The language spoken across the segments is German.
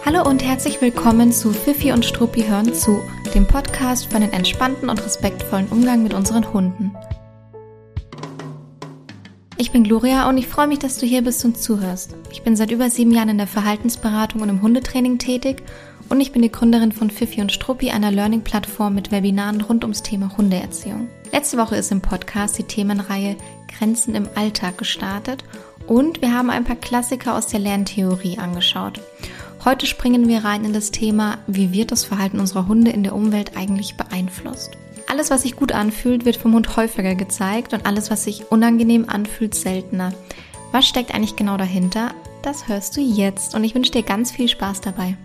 Hallo und herzlich willkommen zu Fifi und Struppi hören zu, dem Podcast für einen entspannten und respektvollen Umgang mit unseren Hunden. Ich bin Gloria und ich freue mich, dass du hier bist und zuhörst. Ich bin seit über 7 Jahren in der Verhaltensberatung und im Hundetraining tätig und ich bin die Gründerin von Fifi und Struppi, einer Learning-Plattform mit Webinaren rund ums Thema Hundeerziehung. Letzte Woche ist im Podcast die Themenreihe Grenzen im Alltag gestartet und wir haben ein paar Klassiker aus der Lerntheorie angeschaut. Heute springen wir rein in das Thema, wie wird das Verhalten unserer Hunde in der Umwelt eigentlich beeinflusst. Alles, was sich gut anfühlt, wird vom Hund häufiger gezeigt und alles, was sich unangenehm anfühlt, seltener. Was steckt eigentlich genau dahinter? Das hörst du jetzt und ich wünsche dir ganz viel Spaß dabei.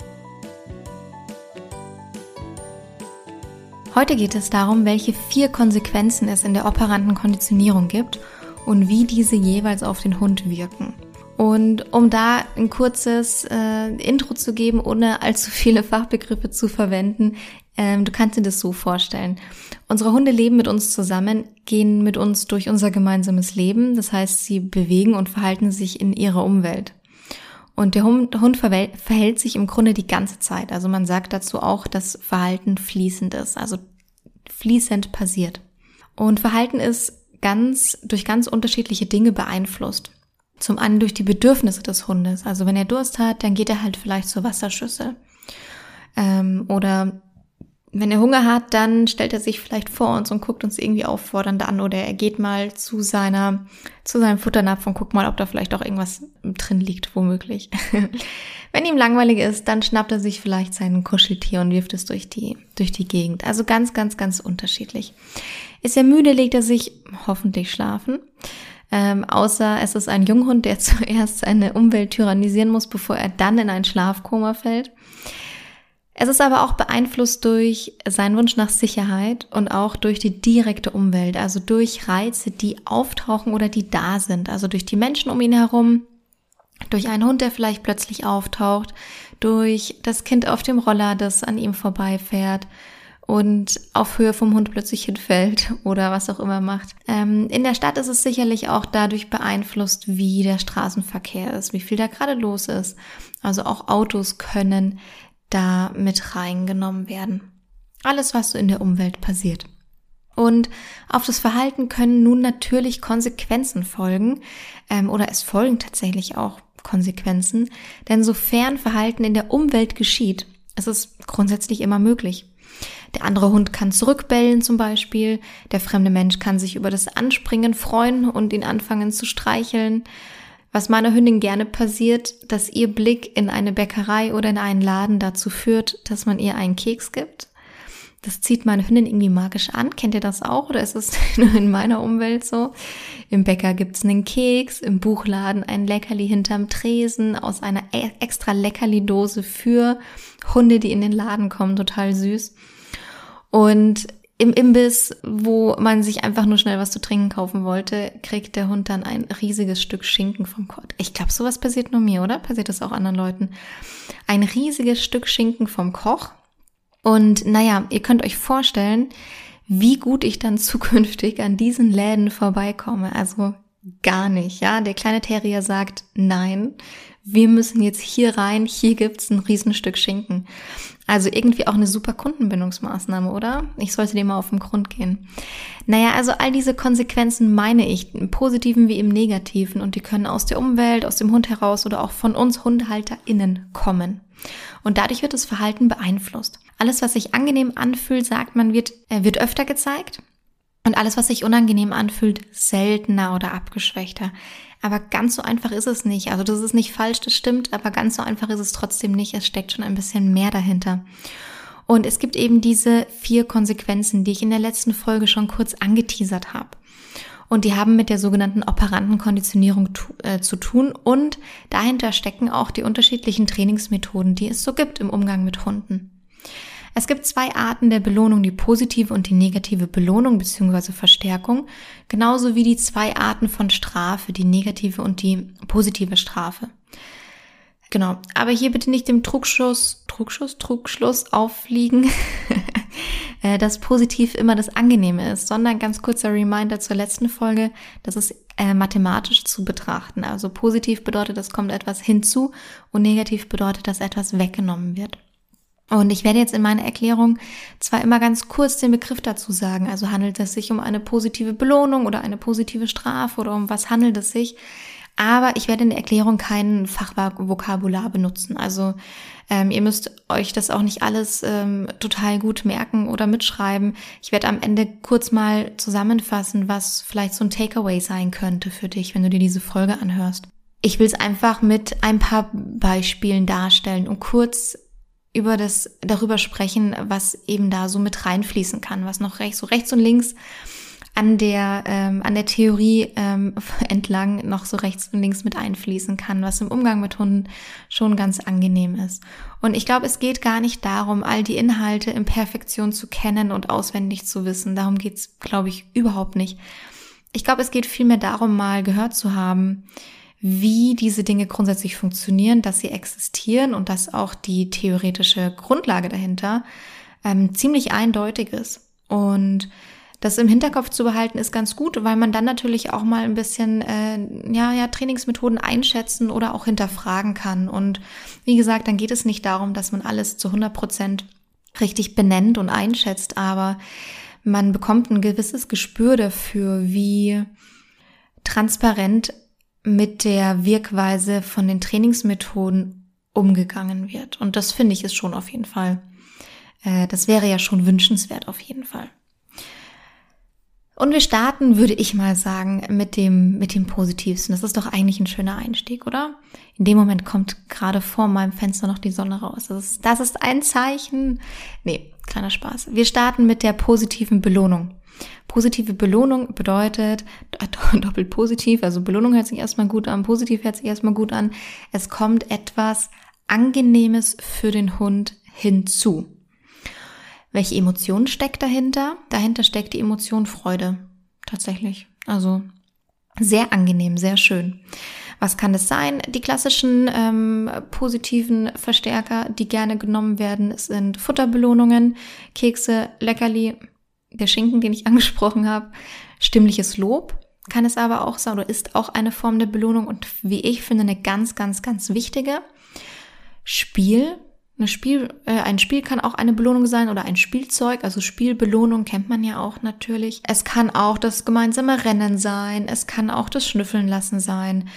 Heute geht es darum, welche 4 Konsequenzen es in der operanten Konditionierung gibt und wie diese jeweils auf den Hund wirken. Und um da ein kurzes Intro zu geben, ohne allzu viele Fachbegriffe zu verwenden, du kannst dir das so vorstellen. Unsere Hunde leben mit uns zusammen, gehen mit uns durch unser gemeinsames Leben. Das heißt, sie bewegen und verhalten sich in ihrer Umwelt. Und der Hund verhält sich im Grunde die ganze Zeit. Also man sagt dazu auch, dass Verhalten fließend ist, also fließend passiert. Und Verhalten ist durch ganz unterschiedliche Dinge beeinflusst. Zum einen durch die Bedürfnisse des Hundes. Also wenn er Durst hat, dann geht er halt vielleicht zur Wasserschüssel. Oder wenn er Hunger hat, dann stellt er sich vielleicht vor uns und guckt uns irgendwie auffordernd an. Oder er geht mal zu seinem Futternapf und guckt mal, ob da vielleicht auch irgendwas drin liegt, womöglich. Wenn ihm langweilig ist, dann schnappt er sich vielleicht sein Kuscheltier und wirft es durch die Gegend. Also ganz, ganz, ganz unterschiedlich. Ist er müde, legt er sich hoffentlich schlafen. Außer es ist ein Junghund, der zuerst seine Umwelt tyrannisieren muss, bevor er dann in ein Schlafkoma fällt. Es ist aber auch beeinflusst durch seinen Wunsch nach Sicherheit und auch durch die direkte Umwelt, also durch Reize, die auftauchen oder die da sind, also durch die Menschen um ihn herum, durch einen Hund, der vielleicht plötzlich auftaucht, durch das Kind auf dem Roller, das an ihm vorbeifährt und auf Höhe vom Hund plötzlich hinfällt oder was auch immer macht. In der Stadt ist es sicherlich auch dadurch beeinflusst, wie der Straßenverkehr ist, wie viel da gerade los ist. Also auch Autos können da mit reingenommen werden. Alles, was so in der Umwelt passiert. Und auf das Verhalten können nun natürlich Konsequenzen folgen, oder es folgen tatsächlich auch Konsequenzen, denn sofern Verhalten in der Umwelt geschieht, ist es grundsätzlich immer möglich. Der andere Hund kann zurückbellen zum Beispiel, der fremde Mensch kann sich über das Anspringen freuen und ihn anfangen zu streicheln. Was meiner Hündin gerne passiert, dass ihr Blick in eine Bäckerei oder in einen Laden dazu führt, dass man ihr einen Keks gibt. Das zieht meine Hündin irgendwie magisch an. Kennt ihr das auch oder ist es nur in meiner Umwelt so? Im Bäcker gibt's einen Keks, im Buchladen ein Leckerli hinterm Tresen aus einer extra Leckerli-Dose für Hunde, die in den Laden kommen. Total süß. Und im Imbiss, wo man sich einfach nur schnell was zu trinken kaufen wollte, kriegt der Hund dann ein riesiges Stück Schinken vom Koch. Ich glaube, sowas passiert nur mir, oder? Passiert das auch anderen Leuten? Ein riesiges Stück Schinken vom Koch. Und naja, ihr könnt euch vorstellen, wie gut ich dann zukünftig an diesen Läden vorbeikomme. Also gar nicht, ja. Der kleine Terrier sagt, nein, wir müssen jetzt hier rein, hier gibt's ein Riesenstück Schinken. Also irgendwie auch eine super Kundenbindungsmaßnahme, oder? Ich sollte dem mal auf den Grund gehen. Naja, also all diese Konsequenzen meine ich, im Positiven wie im Negativen, und die können aus der Umwelt, aus dem Hund heraus oder auch von uns HundehalterInnen kommen. Und dadurch wird das Verhalten beeinflusst. Alles, was sich angenehm anfühlt, sagt man, wird öfter gezeigt. Und alles, was sich unangenehm anfühlt, seltener oder abgeschwächter. Aber ganz so einfach ist es nicht. Also das ist nicht falsch, das stimmt, aber ganz so einfach ist es trotzdem nicht. Es steckt schon ein bisschen mehr dahinter. Und es gibt eben diese 4 Konsequenzen, die ich in der letzten Folge schon kurz angeteasert habe. Und die haben mit der sogenannten operanten Konditionierung zu tun. Und dahinter stecken auch die unterschiedlichen Trainingsmethoden, die es so gibt im Umgang mit Hunden. Es gibt 2 Arten der Belohnung, die positive und die negative Belohnung bzw. Verstärkung, genauso wie die 2 Arten von Strafe, die negative und die positive Strafe. Genau, aber hier bitte nicht dem Trugschluss auffliegen, dass positiv immer das Angenehme ist, sondern ganz kurzer Reminder zur letzten Folge, das ist mathematisch zu betrachten. Also positiv bedeutet, es kommt etwas hinzu und negativ bedeutet, dass etwas weggenommen wird. Und ich werde jetzt in meiner Erklärung zwar immer ganz kurz den Begriff dazu sagen, also handelt es sich um eine positive Belohnung oder eine positive Strafe oder um was handelt es sich, aber ich werde in der Erklärung kein Fachvokabular benutzen. Also ihr müsst euch das auch nicht alles total gut merken oder mitschreiben. Ich werde am Ende kurz mal zusammenfassen, was vielleicht so ein Takeaway sein könnte für dich, wenn du dir diese Folge anhörst. Ich will es einfach mit ein paar Beispielen darstellen und kurz darüber sprechen, was eben da so mit reinfließen kann, was noch rechts und links an der Theorie entlang noch so rechts und links mit einfließen kann, was im Umgang mit Hunden schon ganz angenehm ist. Und ich glaube, es geht gar nicht darum, all die Inhalte in Perfektion zu kennen und auswendig zu wissen. Darum geht's, glaube ich, überhaupt nicht. Ich glaube, es geht vielmehr darum, mal gehört zu haben, wie diese Dinge grundsätzlich funktionieren, dass sie existieren und dass auch die theoretische Grundlage dahinter ziemlich eindeutig ist. Und das im Hinterkopf zu behalten ist ganz gut, weil man dann natürlich auch mal ein bisschen Trainingsmethoden einschätzen oder auch hinterfragen kann. Und wie gesagt, dann geht es nicht darum, dass man alles zu 100% richtig benennt und einschätzt, aber man bekommt ein gewisses Gespür dafür, wie transparent mit der Wirkweise von den Trainingsmethoden umgegangen wird. Und das finde ich ist schon auf jeden Fall, das wäre ja schon wünschenswert auf jeden Fall. Und wir starten, würde ich mal sagen, mit dem Positivsten. Das ist doch eigentlich ein schöner Einstieg, oder? In dem Moment kommt gerade vor meinem Fenster noch die Sonne raus. Das ist ein Zeichen. Nee, kleiner Spaß. Wir starten mit der positiven Belohnung. Positive Belohnung bedeutet, doppelt positiv, also Belohnung hört sich erstmal gut an, positiv hört sich erstmal gut an. Es kommt etwas Angenehmes für den Hund hinzu. Welche Emotion steckt dahinter? Dahinter steckt die Emotion Freude, tatsächlich. Also sehr angenehm, sehr schön. Was kann das sein? Die klassischen positiven Verstärker, die gerne genommen werden, sind Futterbelohnungen, Kekse, Leckerli, der Schinken, den ich angesprochen habe. Stimmliches Lob kann es aber auch sein oder ist auch eine Form der Belohnung und wie ich finde eine ganz, ganz, ganz wichtige. Spiel. Ein Spiel kann auch eine Belohnung sein oder ein Spielzeug, also Spielbelohnung kennt man ja auch natürlich. Es kann auch das gemeinsame Rennen sein, es kann auch das Schnüffeln lassen sein,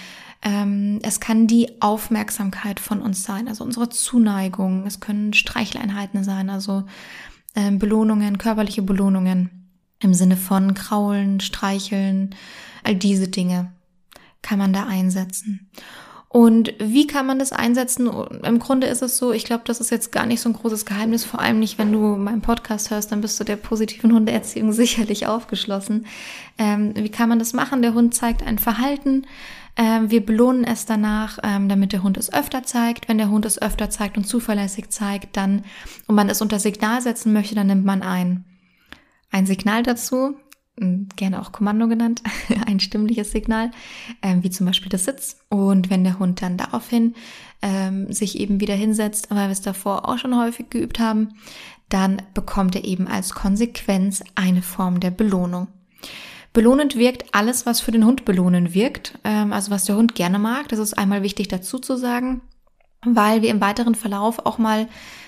es kann die Aufmerksamkeit von uns sein, also unsere Zuneigung, es können Streicheleinheiten sein, also Belohnungen, körperliche Belohnungen im Sinne von Kraulen, Streicheln, all diese Dinge kann man da einsetzen. Und wie kann man das einsetzen? Im Grunde ist es so, ich glaube, das ist jetzt gar nicht so ein großes Geheimnis, vor allem nicht, wenn du meinen Podcast hörst, dann bist du der positiven Hundeerziehung sicherlich aufgeschlossen. Wie kann man das machen? Der Hund zeigt ein Verhalten, wir belohnen es danach, damit der Hund es öfter zeigt. Wenn der Hund es öfter zeigt und zuverlässig zeigt, dann, und man es unter Signal setzen möchte, dann nimmt man ein Signal dazu, gerne auch Kommando genannt, ein stimmliches Signal, wie zum Beispiel das Sitz. Und wenn der Hund dann daraufhin sich eben wieder hinsetzt, weil wir es davor auch schon häufig geübt haben, dann bekommt er eben als Konsequenz eine Form der Belohnung. Belohnend wirkt alles, was für den Hund belohnend wirkt, also was der Hund gerne mag. Das ist einmal wichtig dazu zu sagen, weil wir im weiteren Verlauf auch mal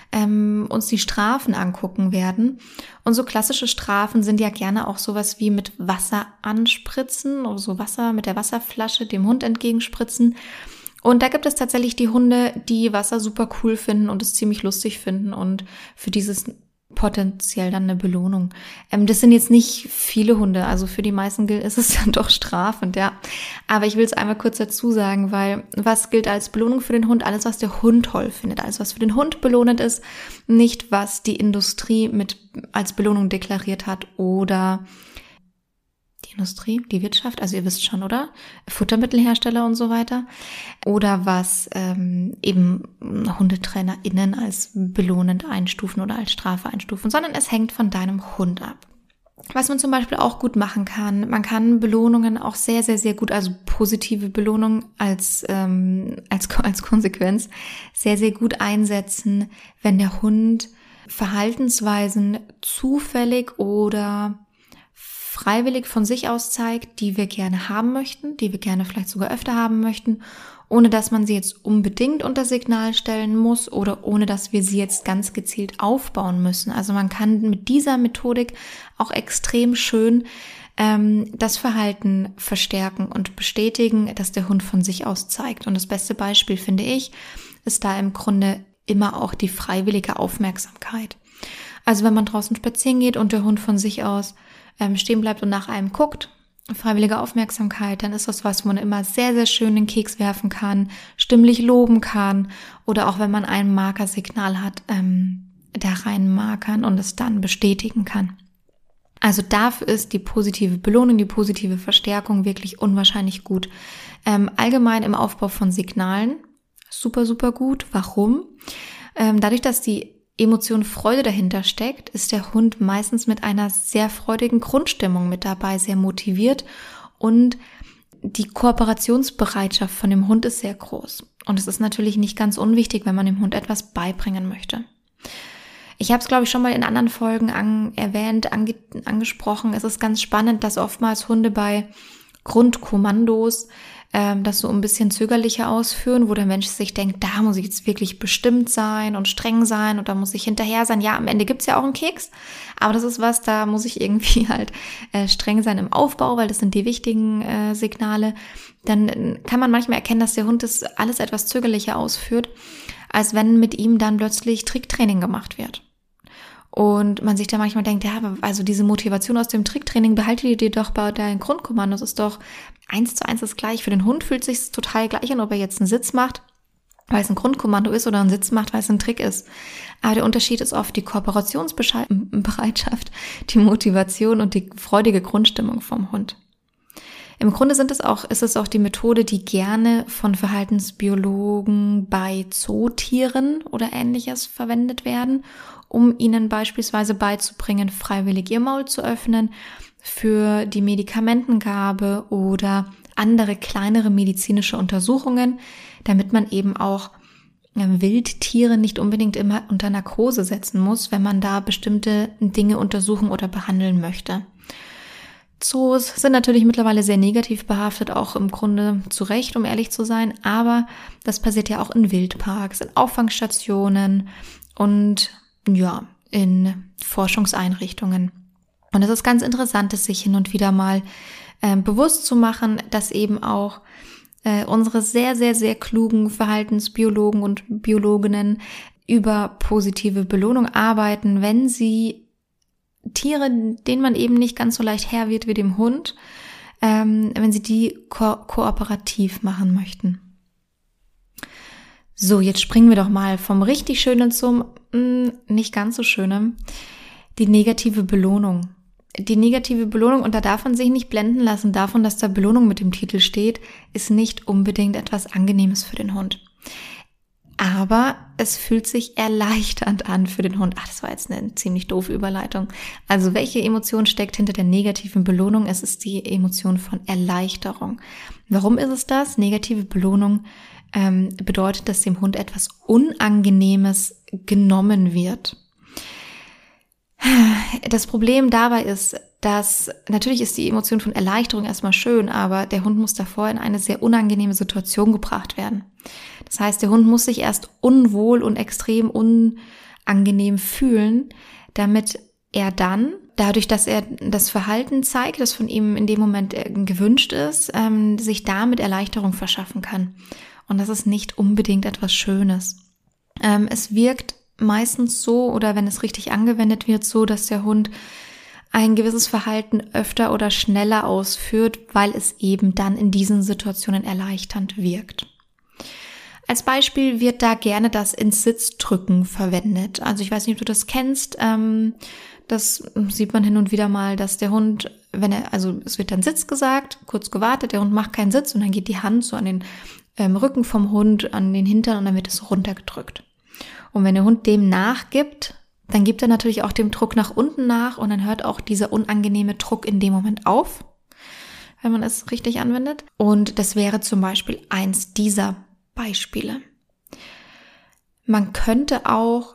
uns die Strafen angucken werden. Und so klassische Strafen sind ja gerne auch sowas wie mit Wasser anspritzen oder so Wasser mit der Wasserflasche dem Hund entgegenspritzen. Und da gibt es tatsächlich die Hunde, die Wasser super cool finden und es ziemlich lustig finden und für dieses potenziell dann eine Belohnung. Das sind jetzt nicht viele Hunde, also für die meisten ist es dann doch strafend, ja. Aber ich will es einmal kurz dazu sagen, weil was gilt als Belohnung für den Hund? Alles, was der Hund toll findet, alles, was für den Hund belohnend ist, nicht was die Industrie als Belohnung deklariert hat oder die Industrie, die Wirtschaft, also ihr wisst schon, oder? Futtermittelhersteller und so weiter. Oder was eben HundetrainerInnen als belohnend einstufen oder als Strafe einstufen, sondern es hängt von deinem Hund ab. Was man zum Beispiel auch gut machen kann, man kann Belohnungen auch sehr, sehr, sehr gut, also positive Belohnung als Konsequenz sehr, sehr gut einsetzen, wenn der Hund Verhaltensweisen zufällig oder freiwillig von sich aus zeigt, die wir gerne haben möchten, die wir gerne vielleicht sogar öfter haben möchten, ohne dass man sie jetzt unbedingt unter Signal stellen muss oder ohne dass wir sie jetzt ganz gezielt aufbauen müssen. Also man kann mit dieser Methodik auch extrem schön das Verhalten verstärken und bestätigen, dass der Hund von sich aus zeigt. Und das beste Beispiel, finde ich, ist da im Grunde immer auch die freiwillige Aufmerksamkeit. Also wenn man draußen spazieren geht und der Hund von sich aus stehen bleibt und nach einem guckt, freiwillige Aufmerksamkeit, dann ist das was, wo man immer sehr, sehr schön den Keks werfen kann, stimmlich loben kann oder auch wenn man ein Markersignal hat, da rein markern und es dann bestätigen kann. Also dafür ist die positive Belohnung, die positive Verstärkung wirklich unwahrscheinlich gut. Allgemein im Aufbau von Signalen super, super gut. Warum? Dadurch, dass die Emotion Freude dahinter steckt, ist der Hund meistens mit einer sehr freudigen Grundstimmung mit dabei, sehr motiviert und die Kooperationsbereitschaft von dem Hund ist sehr groß. Und es ist natürlich nicht ganz unwichtig, wenn man dem Hund etwas beibringen möchte. Ich habe es, glaube ich, schon mal in anderen Folgen angesprochen. Es ist ganz spannend, dass oftmals Hunde bei Grundkommandos das so ein bisschen zögerlicher ausführen, wo der Mensch sich denkt, da muss ich jetzt wirklich bestimmt sein und streng sein und da muss ich hinterher sein. Ja, am Ende gibt's ja auch einen Keks, aber das ist was, da muss ich irgendwie halt streng sein im Aufbau, weil das sind die wichtigen Signale. Dann kann man manchmal erkennen, dass der Hund das alles etwas zögerlicher ausführt, als wenn mit ihm dann plötzlich Tricktraining gemacht wird. Und man sich da manchmal denkt, ja, also diese Motivation aus dem Tricktraining behalte die dir doch bei deinen Grundkommandos, ist doch 1:1 das gleich. Für den Hund fühlt es sich total gleich an, ob er jetzt einen Sitz macht, weil es ein Grundkommando ist, oder einen Sitz macht, weil es ein Trick ist. Aber der Unterschied ist oft die Kooperationsbereitschaft, die Motivation und die freudige Grundstimmung vom Hund. Im Grunde ist es auch die Methode, die gerne von Verhaltensbiologen bei Zootieren oder Ähnliches verwendet werden, um ihnen beispielsweise beizubringen, freiwillig ihr Maul zu öffnen für die Medikamentengabe oder andere kleinere medizinische Untersuchungen, damit man eben auch Wildtiere nicht unbedingt immer unter Narkose setzen muss, wenn man da bestimmte Dinge untersuchen oder behandeln möchte. Zoos sind natürlich mittlerweile sehr negativ behaftet, auch im Grunde zu Recht, um ehrlich zu sein, aber das passiert ja auch in Wildparks, in Auffangstationen und ja, in Forschungseinrichtungen. Und es ist ganz interessant, es sich hin und wieder mal bewusst zu machen, dass eben auch unsere sehr, sehr, sehr klugen Verhaltensbiologen und Biologinnen über positive Belohnung arbeiten, wenn sie Tiere, denen man eben nicht ganz so leicht Herr wird wie dem Hund, wenn sie die kooperativ machen möchten. So, jetzt springen wir doch mal vom richtig Schönen zum nicht ganz so Schönen. Die negative Belohnung. Die negative Belohnung, und da darf man sich nicht blenden lassen davon, dass da Belohnung mit dem Titel steht, ist nicht unbedingt etwas Angenehmes für den Hund. Aber es fühlt sich erleichternd an für den Hund. Das war jetzt eine ziemlich doofe Überleitung. Also welche Emotion steckt hinter der negativen Belohnung? Es ist die Emotion von Erleichterung. Warum ist es das? Negative Belohnung bedeutet, dass dem Hund etwas Unangenehmes genommen wird. Das Problem dabei ist, dass natürlich ist die Emotion von Erleichterung erstmal schön, aber der Hund muss davor in eine sehr unangenehme Situation gebracht werden. Das heißt, der Hund muss sich erst unwohl und extrem unangenehm fühlen, damit er dann, dadurch, dass er das Verhalten zeigt, das von ihm in dem Moment gewünscht ist, sich damit Erleichterung verschaffen kann. Und das ist nicht unbedingt etwas Schönes. Es wirkt meistens so, oder wenn es richtig angewendet wird, so, dass der Hund ein gewisses Verhalten öfter oder schneller ausführt, weil es eben dann in diesen Situationen erleichternd wirkt. Als Beispiel wird da gerne das ins Sitz drücken verwendet. Also ich weiß nicht, ob du das kennst. Das sieht man hin und wieder mal, dass der Hund, es wird dann Sitz gesagt, kurz gewartet, der Hund macht keinen Sitz und dann geht die Hand so an den Rücken vom Hund, an den Hintern und dann wird es runtergedrückt. Und wenn der Hund dem nachgibt, dann gibt er natürlich auch dem Druck nach unten nach und dann hört auch dieser unangenehme Druck in dem Moment auf, wenn man es richtig anwendet. Und das wäre zum Beispiel eins dieser Beispiele. Man könnte auch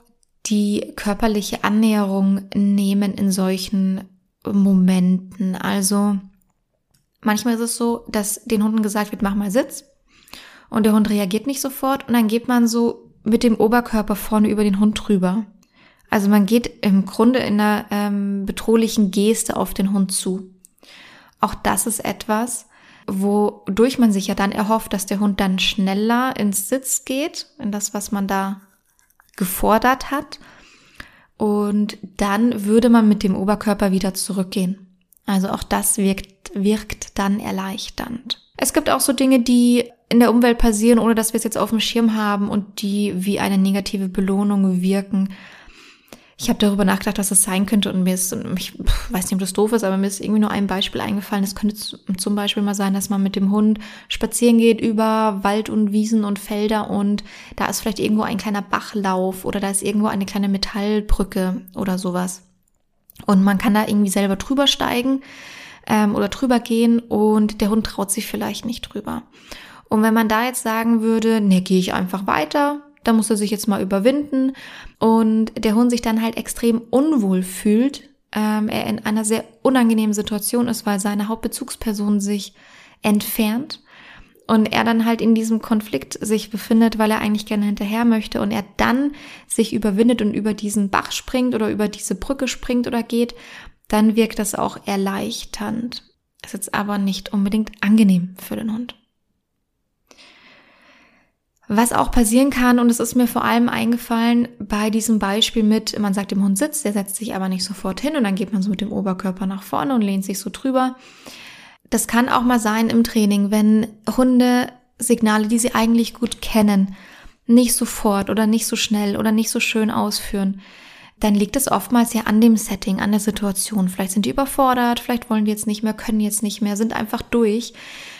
die körperliche Annäherung nehmen in solchen Momenten. Also manchmal ist es so, dass den Hunden gesagt wird, mach mal Sitz, und der Hund reagiert nicht sofort und dann geht man so mit dem Oberkörper vorne über den Hund drüber. Also man geht im Grunde in einer bedrohlichen Geste auf den Hund zu. Auch das ist etwas, wodurch man sich ja dann erhofft, dass der Hund dann schneller ins Sitz geht, in das, was man da gefordert hat. Und dann würde man mit dem Oberkörper wieder zurückgehen. Also auch das wirkt dann erleichternd. Es gibt auch so Dinge, die in der Umwelt passieren, ohne dass wir es jetzt auf dem Schirm haben und die wie eine negative Belohnung wirken. Ich habe darüber nachgedacht, was das sein könnte, und ich weiß nicht, ob das doof ist, aber mir ist irgendwie nur ein Beispiel eingefallen. Es könnte zum Beispiel mal sein, dass man mit dem Hund spazieren geht über Wald und Wiesen und Felder und da ist vielleicht irgendwo ein kleiner Bachlauf oder da ist irgendwo eine kleine Metallbrücke oder sowas. Und man kann da irgendwie selber drüber steigen oder drüber gehen und der Hund traut sich vielleicht nicht drüber. Und wenn man da jetzt sagen würde, ne, gehe ich einfach weiter, da muss er sich jetzt mal überwinden und der Hund sich dann halt extrem unwohl fühlt, er in einer sehr unangenehmen Situation ist, weil seine Hauptbezugsperson sich entfernt und er dann halt in diesem Konflikt sich befindet, weil er eigentlich gerne hinterher möchte und er dann sich überwindet und über diesen Bach springt oder über diese Brücke springt oder geht, dann wirkt das auch erleichternd. Ist jetzt aber nicht unbedingt angenehm für den Hund. Was auch passieren kann, und es ist mir vor allem eingefallen bei diesem Beispiel mit, man sagt dem Hund Sitz, der setzt sich aber nicht sofort hin und dann geht man so mit dem Oberkörper nach vorne und lehnt sich so drüber. Das kann auch mal sein im Training, wenn Hunde Signale, die sie eigentlich gut kennen, nicht sofort oder nicht so schnell oder nicht so schön ausführen, dann liegt es oftmals ja an dem Setting, an der Situation. Vielleicht sind die überfordert, vielleicht wollen die jetzt nicht mehr, können jetzt nicht mehr, sind einfach durch.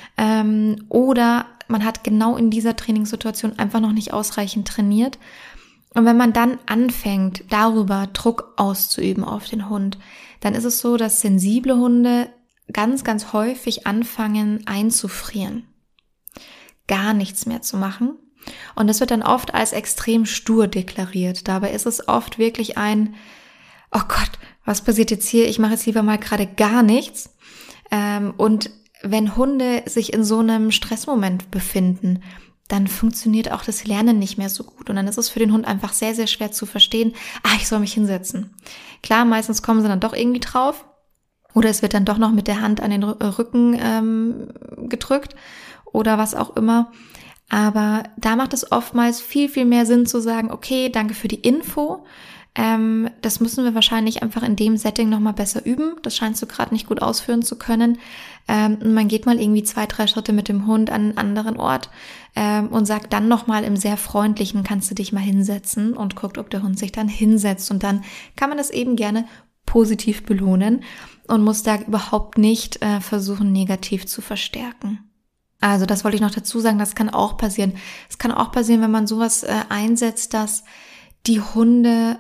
Oder man hat genau in dieser Trainingssituation einfach noch nicht ausreichend trainiert. Und wenn man dann anfängt, darüber Druck auszuüben auf den Hund, dann ist es so, dass sensible Hunde ganz, ganz häufig anfangen einzufrieren, gar nichts mehr zu machen. Und das wird dann oft als extrem stur deklariert. Dabei ist es oft wirklich ein, oh Gott, was passiert jetzt hier? Ich mache jetzt lieber mal gerade gar nichts. Und wenn Hunde sich in so einem Stressmoment befinden, dann funktioniert auch das Lernen nicht mehr so gut. Und dann ist es für den Hund einfach sehr, sehr schwer zu verstehen, ich soll mich hinsetzen. Klar, meistens kommen sie dann doch irgendwie drauf. Oder es wird dann doch noch mit der Hand an den Rücken gedrückt oder was auch immer. Aber da macht es oftmals viel, viel mehr Sinn zu sagen, okay, danke für die Info. Das müssen wir wahrscheinlich einfach in dem Setting nochmal besser üben. Das scheinst du gerade nicht gut ausführen zu können. Man geht mal irgendwie 2-3 Schritte mit dem Hund an einen anderen Ort und sagt dann nochmal im sehr freundlichen, kannst du dich mal hinsetzen, und guckt, ob der Hund sich dann hinsetzt. Und dann kann man das eben gerne positiv belohnen und muss da überhaupt nicht versuchen, negativ zu verstärken. Also das wollte ich noch dazu sagen, das kann auch passieren. Es kann auch passieren, wenn man sowas einsetzt, dass die Hunde,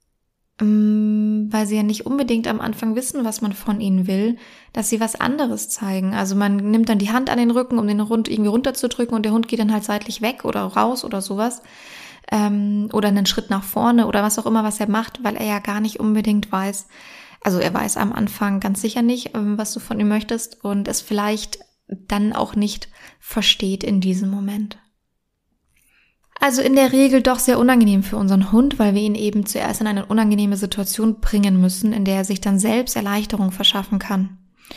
weil sie ja nicht unbedingt am Anfang wissen, was man von ihnen will, dass sie was anderes zeigen. Also man nimmt dann die Hand an den Rücken, um den Hund irgendwie runterzudrücken, und der Hund geht dann halt seitlich weg oder raus oder sowas. Oder einen Schritt nach vorne oder was auch immer, was er macht, weil er ja gar nicht unbedingt weiß. Also er weiß am Anfang ganz sicher nicht, was du von ihm möchtest, und es vielleicht dann auch nicht versteht in diesem Moment. Also in der Regel doch sehr unangenehm für unseren Hund, weil wir ihn eben zuerst in eine unangenehme Situation bringen müssen, in der er sich dann selbst Erleichterung verschaffen kann.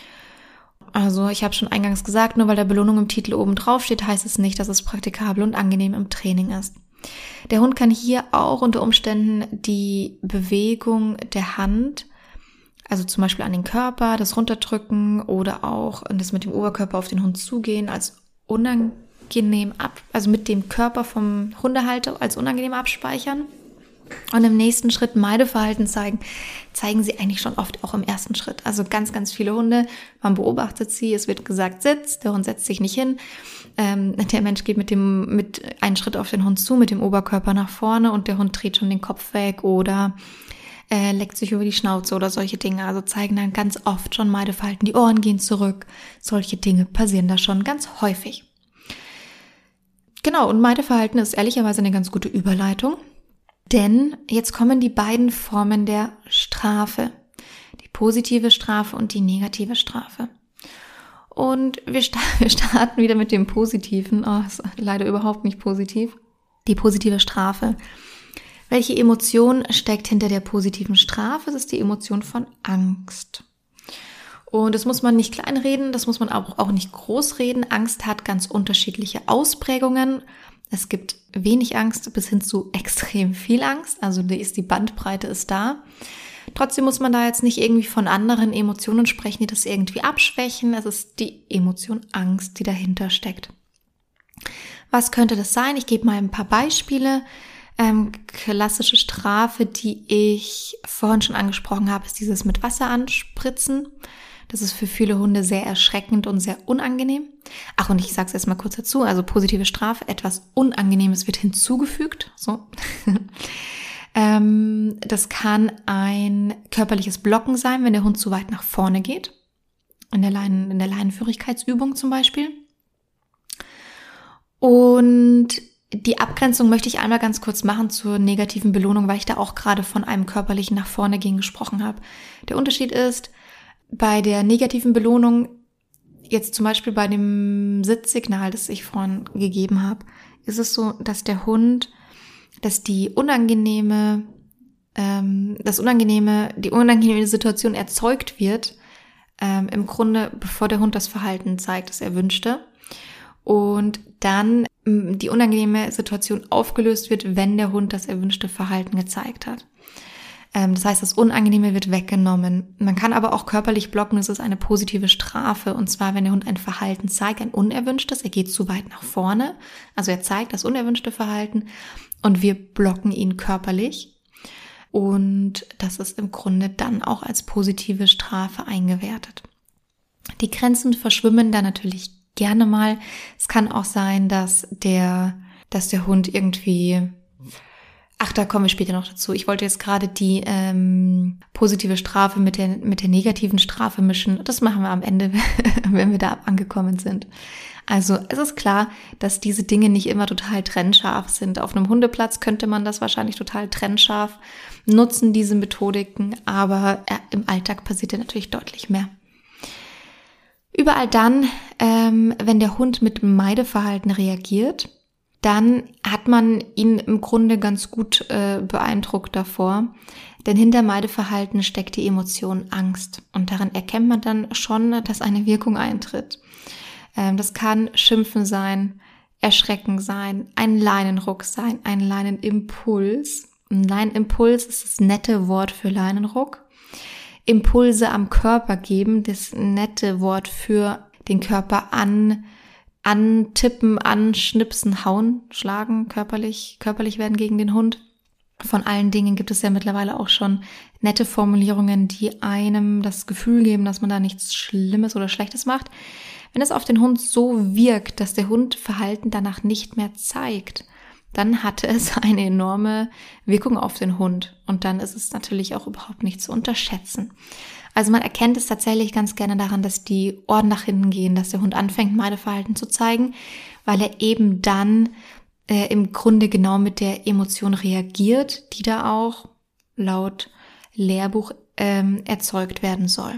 Also ich habe schon eingangs gesagt, nur weil der Belohnung im Titel oben drauf steht, heißt es nicht, dass es praktikabel und angenehm im Training ist. Der Hund kann hier auch unter Umständen die Bewegung der Hand, also zum Beispiel an den Körper, das Runterdrücken oder auch das mit dem Oberkörper auf den Hund zugehen, als unangenehm also mit dem Körper vom Hundehalter als unangenehm abspeichern. Und im nächsten Schritt Meideverhalten zeigen sie eigentlich schon oft auch im ersten Schritt. Also ganz, ganz viele Hunde, man beobachtet sie, es wird gesagt, Sitz, der Hund setzt sich nicht hin. Der Mensch geht mit einen Schritt auf den Hund zu, mit dem Oberkörper nach vorne, und der Hund dreht schon den Kopf weg oder leckt sich über die Schnauze oder solche Dinge. Also zeigen dann ganz oft schon Meideverhalten, die Ohren gehen zurück. Solche Dinge passieren da schon ganz häufig. Genau, und Meideverhalten ist ehrlicherweise eine ganz gute Überleitung. Denn jetzt kommen die beiden Formen der Strafe. Die positive Strafe und die negative Strafe. Und wir starten wieder mit dem Positiven. Oh, ist leider überhaupt nicht positiv. Die positive Strafe. Welche Emotion steckt hinter der positiven Strafe? Das ist die Emotion von Angst. Und das muss man nicht kleinreden, das muss man auch nicht großreden. Angst hat ganz unterschiedliche Ausprägungen. Es gibt wenig Angst bis hin zu extrem viel Angst. Also die Bandbreite ist da. Trotzdem muss man da jetzt nicht irgendwie von anderen Emotionen sprechen, die das irgendwie abschwächen. Es ist die Emotion Angst, die dahinter steckt. Was könnte das sein? Ich gebe mal ein paar Beispiele. Klassische Strafe, die ich vorhin schon angesprochen habe, ist dieses mit Wasser anspritzen. Das ist für viele Hunde sehr erschreckend und sehr unangenehm. Ach, und ich sage es jetzt mal kurz dazu, also positive Strafe, etwas Unangenehmes wird hinzugefügt. So. Das kann ein körperliches Blocken sein, wenn der Hund zu weit nach vorne geht. In der Leinenführigkeitsübung zum Beispiel. Und die Abgrenzung möchte ich einmal ganz kurz machen zur negativen Belohnung, weil ich da auch gerade von einem körperlichen nach vorne gehen gesprochen habe. Der Unterschied ist, bei der negativen Belohnung, jetzt zum Beispiel bei dem Sitzsignal, das ich vorhin gegeben habe, ist es so, dass der Hund, dass die unangenehme Situation erzeugt wird, im Grunde, bevor der Hund das Verhalten zeigt, das er wünschte. Und dann die unangenehme Situation aufgelöst wird, wenn der Hund das erwünschte Verhalten gezeigt hat. Das heißt, das Unangenehme wird weggenommen. Man kann aber auch körperlich blocken, das ist eine positive Strafe. Und zwar, wenn der Hund ein Verhalten zeigt, ein unerwünschtes, er geht zu weit nach vorne. Also er zeigt das unerwünschte Verhalten und wir blocken ihn körperlich. Und das ist im Grunde dann auch als positive Strafe eingewertet. Die Grenzen verschwimmen da natürlich gerne mal. Es kann auch sein, dass der Hund irgendwie... Ach, da kommen wir später noch dazu. Ich wollte jetzt gerade die positive Strafe mit der negativen Strafe mischen. Das machen wir am Ende, wenn wir da angekommen sind. Also es ist klar, dass diese Dinge nicht immer total trennscharf sind. Auf einem Hundeplatz könnte man das wahrscheinlich total trennscharf nutzen, diese Methodiken. Aber im Alltag passiert ja natürlich deutlich mehr. Überall dann, wenn der Hund mit Meideverhalten reagiert, dann hat man ihn im Grunde ganz gut beeindruckt davor. Denn hinter Meideverhalten steckt die Emotion Angst. Und daran erkennt man dann schon, dass eine Wirkung eintritt. Das kann Schimpfen sein, Erschrecken sein, ein Leinenruck sein, ein Leinenimpuls. Ein Leinenimpuls ist das nette Wort für Leinenruck. Impulse am Körper geben, das nette Wort für den Körper antippen, anschnipsen, hauen, schlagen, körperlich werden gegen den Hund. Von allen Dingen gibt es ja mittlerweile auch schon nette Formulierungen, die einem das Gefühl geben, dass man da nichts Schlimmes oder Schlechtes macht. Wenn es auf den Hund so wirkt, dass der Hund Verhalten danach nicht mehr zeigt, dann hatte es eine enorme Wirkung auf den Hund. Und dann ist es natürlich auch überhaupt nicht zu unterschätzen. Also man erkennt es tatsächlich ganz gerne daran, dass die Ohren nach hinten gehen, dass der Hund anfängt, Meideverhalten zu zeigen, weil er eben dann im Grunde genau mit der Emotion reagiert, die da auch laut Lehrbuch erzeugt werden soll.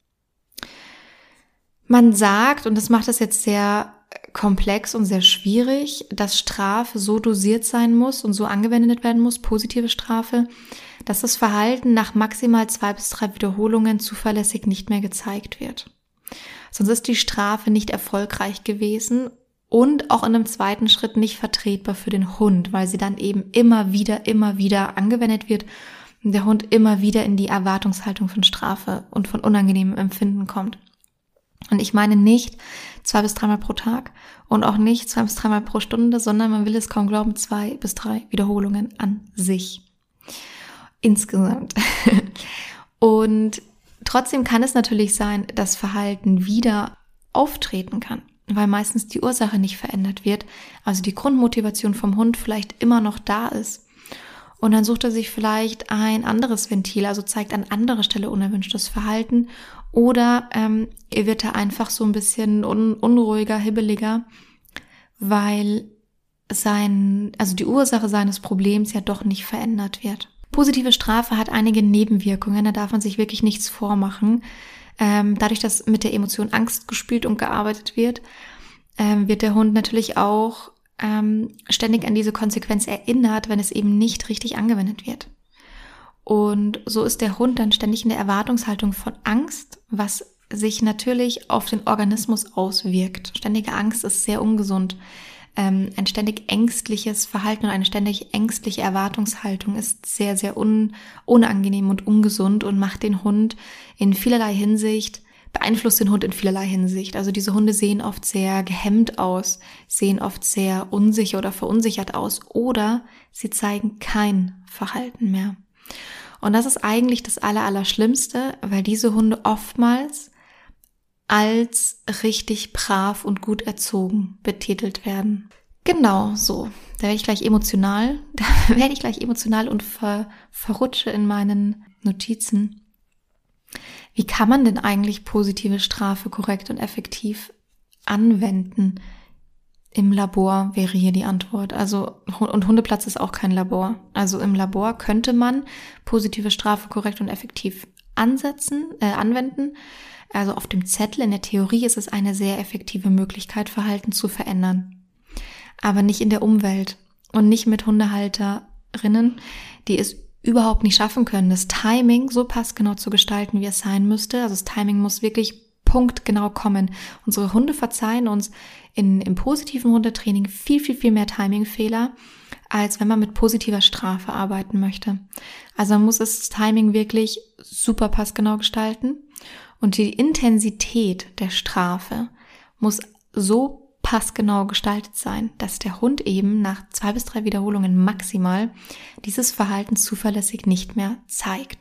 Man sagt, und das macht es jetzt sehr komplex und sehr schwierig, dass Strafe so dosiert sein muss und so angewendet werden muss, positive Strafe, dass das Verhalten nach maximal 2 bis 3 Wiederholungen zuverlässig nicht mehr gezeigt wird. Sonst ist die Strafe nicht erfolgreich gewesen und auch in einem zweiten Schritt nicht vertretbar für den Hund, weil sie dann eben immer wieder angewendet wird und der Hund immer wieder in die Erwartungshaltung von Strafe und von unangenehmem Empfinden kommt. Und ich meine nicht 2 bis 3 Mal pro Tag und auch nicht 2 bis 3 Mal pro Stunde, sondern man will es kaum glauben, 2 bis 3 Wiederholungen an sich. Insgesamt. Und trotzdem kann es natürlich sein, dass Verhalten wieder auftreten kann, weil meistens die Ursache nicht verändert wird, also die Grundmotivation vom Hund vielleicht immer noch da ist. Und dann sucht er sich vielleicht ein anderes Ventil, also zeigt an anderer Stelle unerwünschtes Verhalten oder er wird da einfach so ein bisschen unruhiger, hibbeliger, weil die Ursache seines Problems ja doch nicht verändert wird. Positive Strafe hat einige Nebenwirkungen, da darf man sich wirklich nichts vormachen. Dadurch, dass mit der Emotion Angst gespielt und gearbeitet wird, wird der Hund natürlich auch ständig an diese Konsequenz erinnert, wenn es eben nicht richtig angewendet wird. Und so ist der Hund dann ständig in der Erwartungshaltung von Angst, was sich natürlich auf den Organismus auswirkt. Ständige Angst ist sehr ungesund. Ein ständig ängstliches Verhalten und eine ständig ängstliche Erwartungshaltung ist sehr, sehr unangenehm und ungesund und macht den Hund in vielerlei Hinsicht, beeinflusst den Hund in vielerlei Hinsicht. Also diese Hunde sehen oft sehr gehemmt aus, sehen oft sehr unsicher oder verunsichert aus oder sie zeigen kein Verhalten mehr. Und das ist eigentlich das Allerschlimmste, weil diese Hunde oftmals als richtig brav und gut erzogen betitelt werden. Genau so. Da werde ich gleich emotional und verrutsche in meinen Notizen. Wie kann man denn eigentlich positive Strafe korrekt und effektiv anwenden? Im Labor wäre hier die Antwort. Und Hundeplatz ist auch kein Labor. Also im Labor könnte man positive Strafe korrekt und effektiv anwenden. Also auf dem Zettel, in der Theorie ist es eine sehr effektive Möglichkeit, Verhalten zu verändern. Aber nicht in der Umwelt und nicht mit Hundehalterinnen, die es überhaupt nicht schaffen können, das Timing so passgenau zu gestalten, wie es sein müsste. Also das Timing muss wirklich punktgenau kommen. Unsere Hunde verzeihen uns im positiven Hundetraining viel, viel, viel mehr Timingfehler, als wenn man mit positiver Strafe arbeiten möchte. Also man muss das Timing wirklich super passgenau gestalten. Und die Intensität der Strafe muss so passgenau gestaltet sein, dass der Hund eben nach 2 bis 3 Wiederholungen maximal dieses Verhalten zuverlässig nicht mehr zeigt.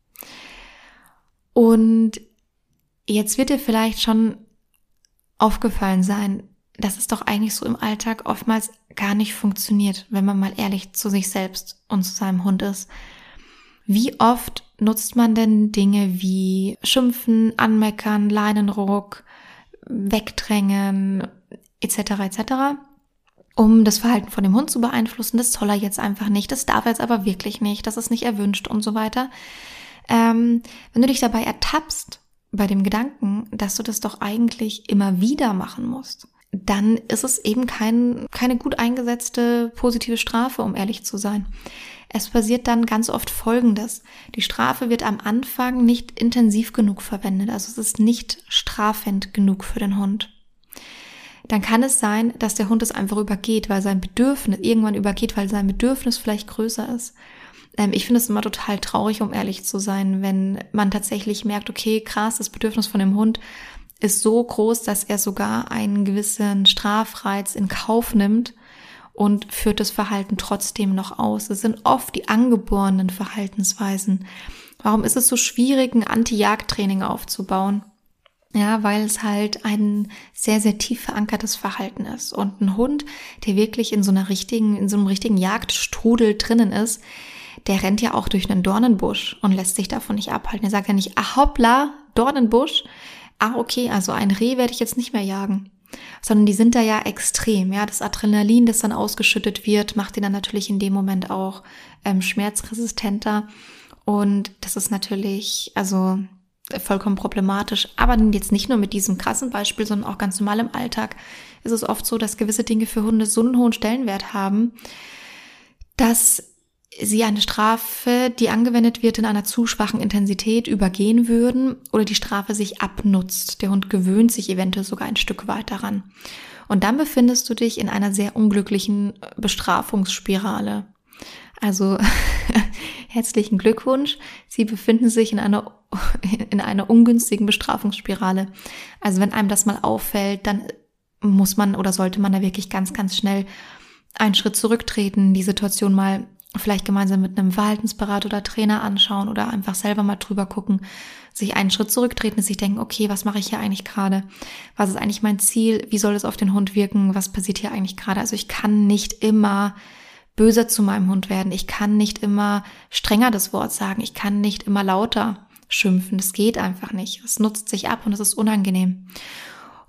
Und jetzt wird dir vielleicht schon aufgefallen sein, dass es doch eigentlich so im Alltag oftmals gar nicht funktioniert, wenn man mal ehrlich zu sich selbst und zu seinem Hund ist. Wie oft nutzt man denn Dinge wie Schimpfen, Anmeckern, Leinenruck, Wegdrängen etc., um das Verhalten von dem Hund zu beeinflussen? Das soll er jetzt einfach nicht, das darf er jetzt aber wirklich nicht, das ist nicht erwünscht und so weiter. Wenn du dich dabei ertappst bei dem Gedanken, dass du das doch eigentlich immer wieder machen musst, dann ist es eben keine gut eingesetzte positive Strafe, um ehrlich zu sein. Es passiert dann ganz oft Folgendes. Die Strafe wird am Anfang nicht intensiv genug verwendet, also es ist nicht strafend genug für den Hund. Dann kann es sein, dass der Hund es einfach übergeht, weil sein Bedürfnis vielleicht größer ist. Ich finde es immer total traurig, um ehrlich zu sein, wenn man tatsächlich merkt, okay, krass, das Bedürfnis von dem Hund ist so groß, dass er sogar einen gewissen Strafreiz in Kauf nimmt und führt das Verhalten trotzdem noch aus. Es sind oft die angeborenen Verhaltensweisen. Warum ist es so schwierig, ein Anti-Jagd-Training aufzubauen? Ja, weil es halt ein sehr, sehr tief verankertes Verhalten ist. Und ein Hund, der wirklich in so einem richtigen Jagdstrudel drinnen ist, der rennt ja auch durch einen Dornenbusch und lässt sich davon nicht abhalten. Er sagt ja nicht, ah hoppla, Dornenbusch, okay, also ein Reh werde ich jetzt nicht mehr jagen. Sondern die sind da ja extrem, ja, das Adrenalin, das dann ausgeschüttet wird, macht ihn dann natürlich in dem Moment auch schmerzresistenter und das ist natürlich, also vollkommen problematisch, aber jetzt nicht nur mit diesem krassen Beispiel, sondern auch ganz normal im Alltag ist es oft so, dass gewisse Dinge für Hunde so einen hohen Stellenwert haben, dass sie eine Strafe, die angewendet wird, in einer zu schwachen Intensität übergehen würden oder die Strafe sich abnutzt. Der Hund gewöhnt sich eventuell sogar ein Stück weit daran. Und dann befindest du dich in einer sehr unglücklichen Bestrafungsspirale. Also herzlichen Glückwunsch, Sie befinden sich in einer ungünstigen Bestrafungsspirale. Also wenn einem das mal auffällt, dann muss man oder sollte man da wirklich ganz, ganz schnell einen Schritt zurücktreten, die Situation mal vielleicht gemeinsam mit einem Verhaltensberater oder Trainer anschauen oder einfach selber mal drüber gucken, sich einen Schritt zurücktreten, sich denken, okay, was mache ich hier eigentlich gerade? Was ist eigentlich mein Ziel? Wie soll es auf den Hund wirken? Was passiert hier eigentlich gerade? Also ich kann nicht immer böser zu meinem Hund werden. Ich kann nicht immer strenger das Wort sagen. Ich kann nicht immer lauter schimpfen. Das geht einfach nicht. Es nutzt sich ab und es ist unangenehm.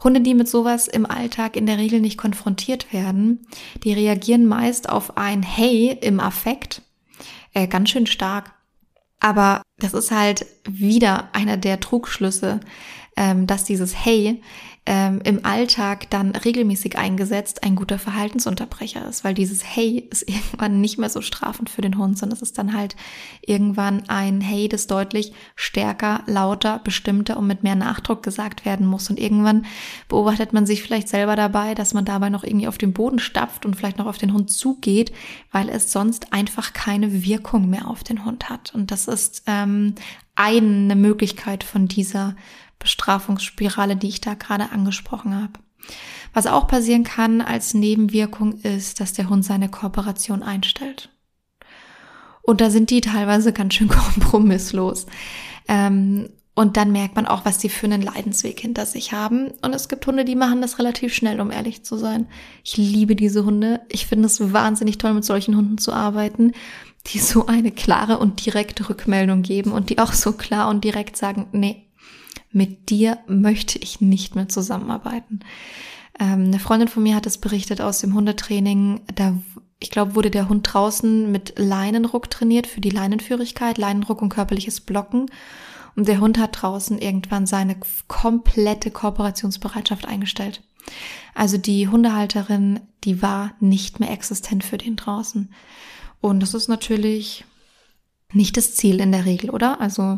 Hunde, die mit sowas im Alltag in der Regel nicht konfrontiert werden, die reagieren meist auf ein Hey im Affekt ganz schön stark. Aber das ist halt wieder einer der Trugschlüsse, dass dieses Hey im Alltag dann regelmäßig eingesetzt ein guter Verhaltensunterbrecher ist, weil dieses Hey ist irgendwann nicht mehr so strafend für den Hund, sondern es ist dann halt irgendwann ein Hey, das deutlich stärker, lauter, bestimmter und mit mehr Nachdruck gesagt werden muss. Und irgendwann beobachtet man sich vielleicht selber dabei, dass man dabei noch irgendwie auf den Boden stapft und vielleicht noch auf den Hund zugeht, weil es sonst einfach keine Wirkung mehr auf den Hund hat. Und das ist eine Möglichkeit von dieser Bestrafungsspirale, die ich da gerade angesprochen habe. Was auch passieren kann als Nebenwirkung ist, dass der Hund seine Kooperation einstellt. Und da sind die teilweise ganz schön kompromisslos. Und dann merkt man auch, was die für einen Leidensweg hinter sich haben. Und es gibt Hunde, die machen das relativ schnell, um ehrlich zu sein. Ich liebe diese Hunde. Ich finde es wahnsinnig toll, mit solchen Hunden zu arbeiten, die so eine klare und direkte Rückmeldung geben und die auch so klar und direkt sagen, nee, mit dir möchte ich nicht mehr zusammenarbeiten. Eine Freundin von mir hat es berichtet aus dem Hundetraining. Da, ich glaube, wurde der Hund draußen mit Leinenruck trainiert für die Leinenführigkeit, Leinenruck und körperliches Blocken. Und der Hund hat draußen irgendwann seine komplette Kooperationsbereitschaft eingestellt. Also die Hundehalterin, die war nicht mehr existent für den draußen. Und das ist natürlich nicht das Ziel in der Regel, oder? Also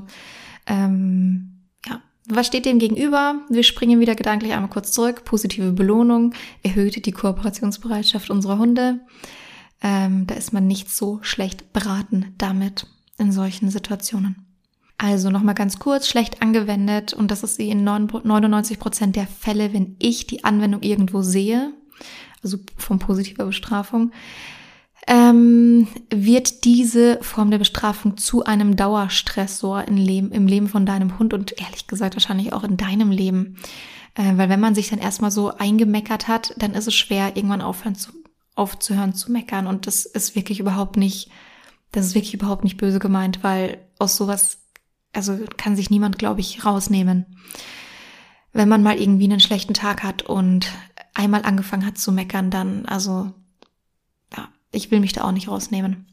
was steht dem gegenüber? Wir springen wieder gedanklich einmal kurz zurück. Positive Belohnung erhöht die Kooperationsbereitschaft unserer Hunde. Da ist man nicht so schlecht beraten damit in solchen Situationen. Also nochmal ganz kurz, schlecht angewendet, und das ist in 99% der Fälle, wenn ich die Anwendung irgendwo sehe, also von positiver Bestrafung, wird diese Form der Bestrafung zu einem Dauerstressor im Leben von deinem Hund und ehrlich gesagt wahrscheinlich auch in deinem Leben. Weil wenn man sich dann erstmal so eingemeckert hat, dann ist es schwer, irgendwann aufzuhören zu meckern. Und das ist wirklich überhaupt nicht böse gemeint, weil aus sowas, also kann sich niemand, glaube ich, rausnehmen. Wenn man mal irgendwie einen schlechten Tag hat und einmal angefangen hat zu meckern, dann, ich will mich da auch nicht rausnehmen.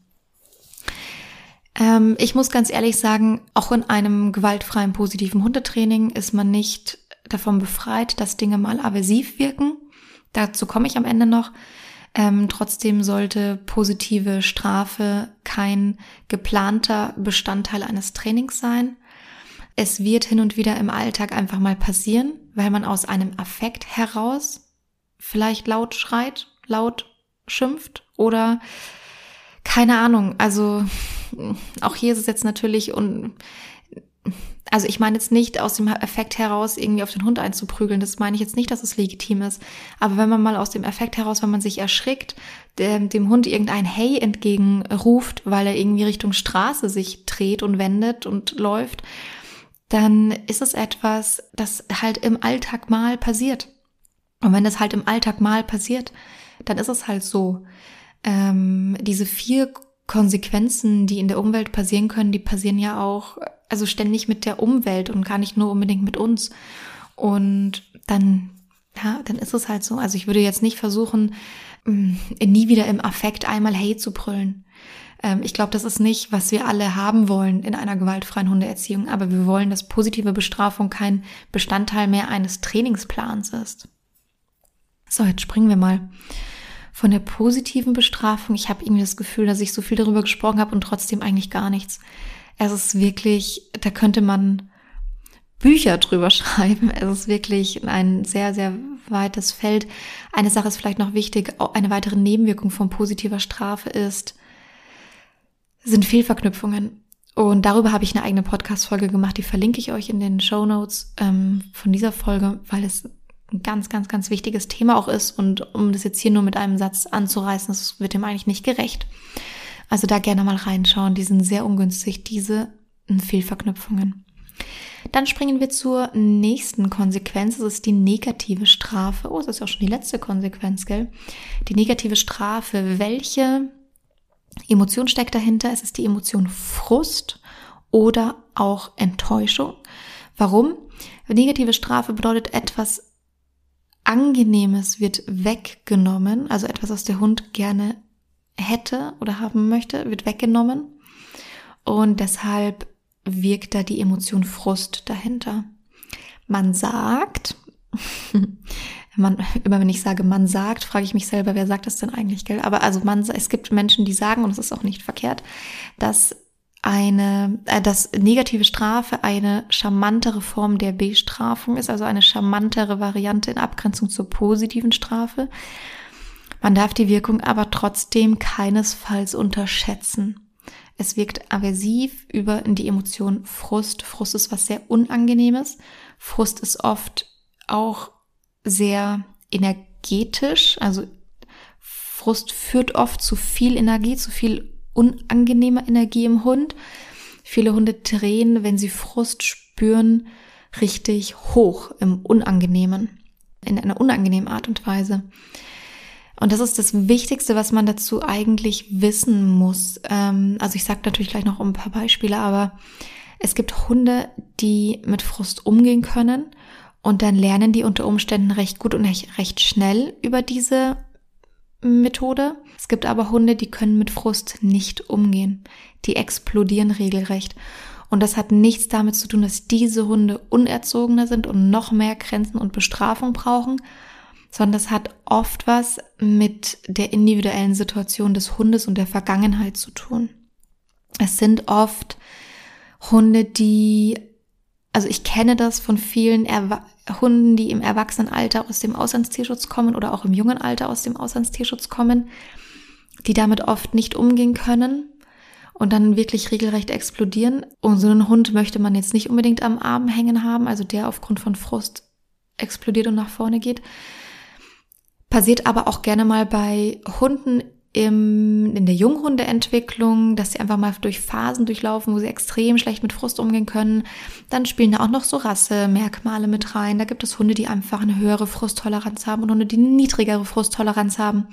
Ich muss ganz ehrlich sagen, auch in einem gewaltfreien, positiven Hundetraining ist man nicht davon befreit, dass Dinge mal aversiv wirken. Dazu komme ich am Ende noch. Trotzdem sollte positive Strafe kein geplanter Bestandteil eines Trainings sein. Es wird hin und wieder im Alltag einfach mal passieren, weil man aus einem Affekt heraus vielleicht laut schreit, laut schimpft oder keine Ahnung. Also auch hier ist es jetzt natürlich also ich meine jetzt nicht aus dem Affekt heraus irgendwie auf den Hund einzuprügeln, das meine ich jetzt nicht, dass es legitim ist, aber wenn man mal aus dem Affekt heraus, wenn man sich erschrickt, dem Hund irgendein Hey entgegenruft, weil er irgendwie Richtung Straße sich dreht und wendet und läuft, dann ist es etwas, das halt im Alltag mal passiert. Und wenn das halt im Alltag mal passiert, dann ist es halt so. Diese 4 Konsequenzen, die in der Umwelt passieren können, die passieren ja auch also ständig mit der Umwelt und gar nicht nur unbedingt mit uns. Und dann ist es halt so. Also ich würde jetzt nicht versuchen, nie wieder im Affekt einmal Hey zu brüllen. Ich glaube, das ist nicht, was wir alle haben wollen in einer gewaltfreien Hundeerziehung. Aber wir wollen, dass positive Bestrafung kein Bestandteil mehr eines Trainingsplans ist. So, jetzt springen wir mal von der positiven Bestrafung. Ich habe irgendwie das Gefühl, dass ich so viel darüber gesprochen habe und trotzdem eigentlich gar nichts. Es ist wirklich, da könnte man Bücher drüber schreiben. Es ist wirklich ein sehr, sehr weites Feld. Eine Sache ist vielleicht noch wichtig. Eine weitere Nebenwirkung von positiver Strafe sind Fehlverknüpfungen. Und darüber habe ich eine eigene Podcast-Folge gemacht. Die verlinke ich euch in den Shownotes von dieser Folge, weil es ein ganz, ganz, ganz wichtiges Thema auch ist. Und um das jetzt hier nur mit einem Satz anzureißen, das wird dem eigentlich nicht gerecht. Also da gerne mal reinschauen. Die sind sehr ungünstig, diese Fehlverknüpfungen. Dann springen wir zur nächsten Konsequenz. Das ist die negative Strafe. Oh, das ist ja auch schon die letzte Konsequenz, gell? Die negative Strafe. Welche Emotion steckt dahinter? Es ist die Emotion Frust oder auch Enttäuschung. Warum? Negative Strafe bedeutet etwas Angenehmes wird weggenommen, also etwas, was der Hund gerne hätte oder haben möchte, wird weggenommen. Und deshalb wirkt da die Emotion Frust dahinter. Man sagt, immer wenn ich sage, man sagt, frage ich mich selber, wer sagt das denn eigentlich, gell? Aber also es gibt Menschen, die sagen, und es ist auch nicht verkehrt, dass negative Strafe eine charmantere Form der Bestrafung ist, also eine charmantere Variante in Abgrenzung zur positiven Strafe. Man darf die Wirkung aber trotzdem keinesfalls unterschätzen. Es wirkt aversiv über in die Emotion Frust. Frust ist was sehr Unangenehmes. Frust ist oft auch sehr energetisch. Also Frust führt oft zu viel Energie, zu viel unangenehmer Energie im Hund. Viele Hunde drehen, wenn sie Frust spüren, richtig hoch im Unangenehmen, in einer unangenehmen Art und Weise. Und das ist das Wichtigste, was man dazu eigentlich wissen muss. Also ich sage natürlich gleich noch ein paar Beispiele, aber es gibt Hunde, die mit Frust umgehen können und dann lernen die unter Umständen recht gut und recht schnell über diese Methode. Es gibt aber Hunde, die können mit Frust nicht umgehen. Die explodieren regelrecht. Und das hat nichts damit zu tun, dass diese Hunde unerzogener sind und noch mehr Grenzen und Bestrafung brauchen, sondern das hat oft was mit der individuellen Situation des Hundes und der Vergangenheit zu tun. Es sind oft Hunde, also ich kenne das von vielen Hunden, die im Erwachsenenalter aus dem Auslandstierschutz kommen oder auch im jungen Alter aus dem Auslandstierschutz kommen, die damit oft nicht umgehen können und dann wirklich regelrecht explodieren. Und so einen Hund möchte man jetzt nicht unbedingt am Arm hängen haben, also der aufgrund von Frust explodiert und nach vorne geht. Passiert aber auch gerne mal bei Hunden in der Junghundeentwicklung, dass sie einfach mal durch Phasen durchlaufen, wo sie extrem schlecht mit Frust umgehen können. Dann spielen da auch noch so Rassemerkmale mit rein. Da gibt es Hunde, die einfach eine höhere Frusttoleranz haben und Hunde, die eine niedrigere Frusttoleranz haben.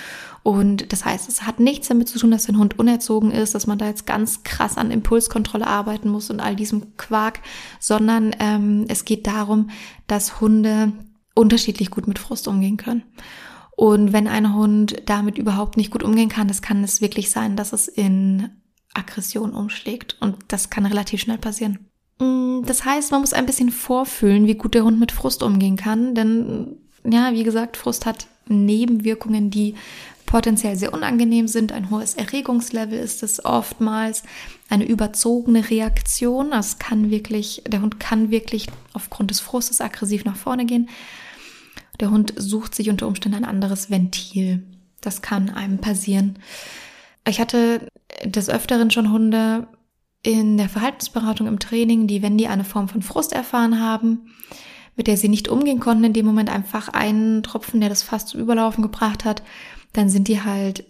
Und das heißt, es hat nichts damit zu tun, dass ein Hund unerzogen ist, dass man da jetzt ganz krass an Impulskontrolle arbeiten muss und all diesem Quark, sondern es geht darum, dass Hunde unterschiedlich gut mit Frust umgehen können. Und wenn ein Hund damit überhaupt nicht gut umgehen kann, das kann es wirklich sein, dass es in Aggression umschlägt. Und das kann relativ schnell passieren. Das heißt, man muss ein bisschen vorfühlen, wie gut der Hund mit Frust umgehen kann. Denn, ja, wie gesagt, Frust hat Nebenwirkungen, die potenziell sehr unangenehm sind. Ein hohes Erregungslevel ist es oftmals, eine überzogene Reaktion. Also der Hund kann wirklich aufgrund des Frustes aggressiv nach vorne gehen. Der Hund sucht sich unter Umständen ein anderes Ventil. Das kann einem passieren. Ich hatte des Öfteren schon Hunde in der Verhaltensberatung im Training, die, wenn die eine Form von Frust erfahren haben, mit der sie nicht umgehen konnten, in dem Moment einfach einen Tropfen, der das fast zum Überlaufen gebracht hat, dann sind die halt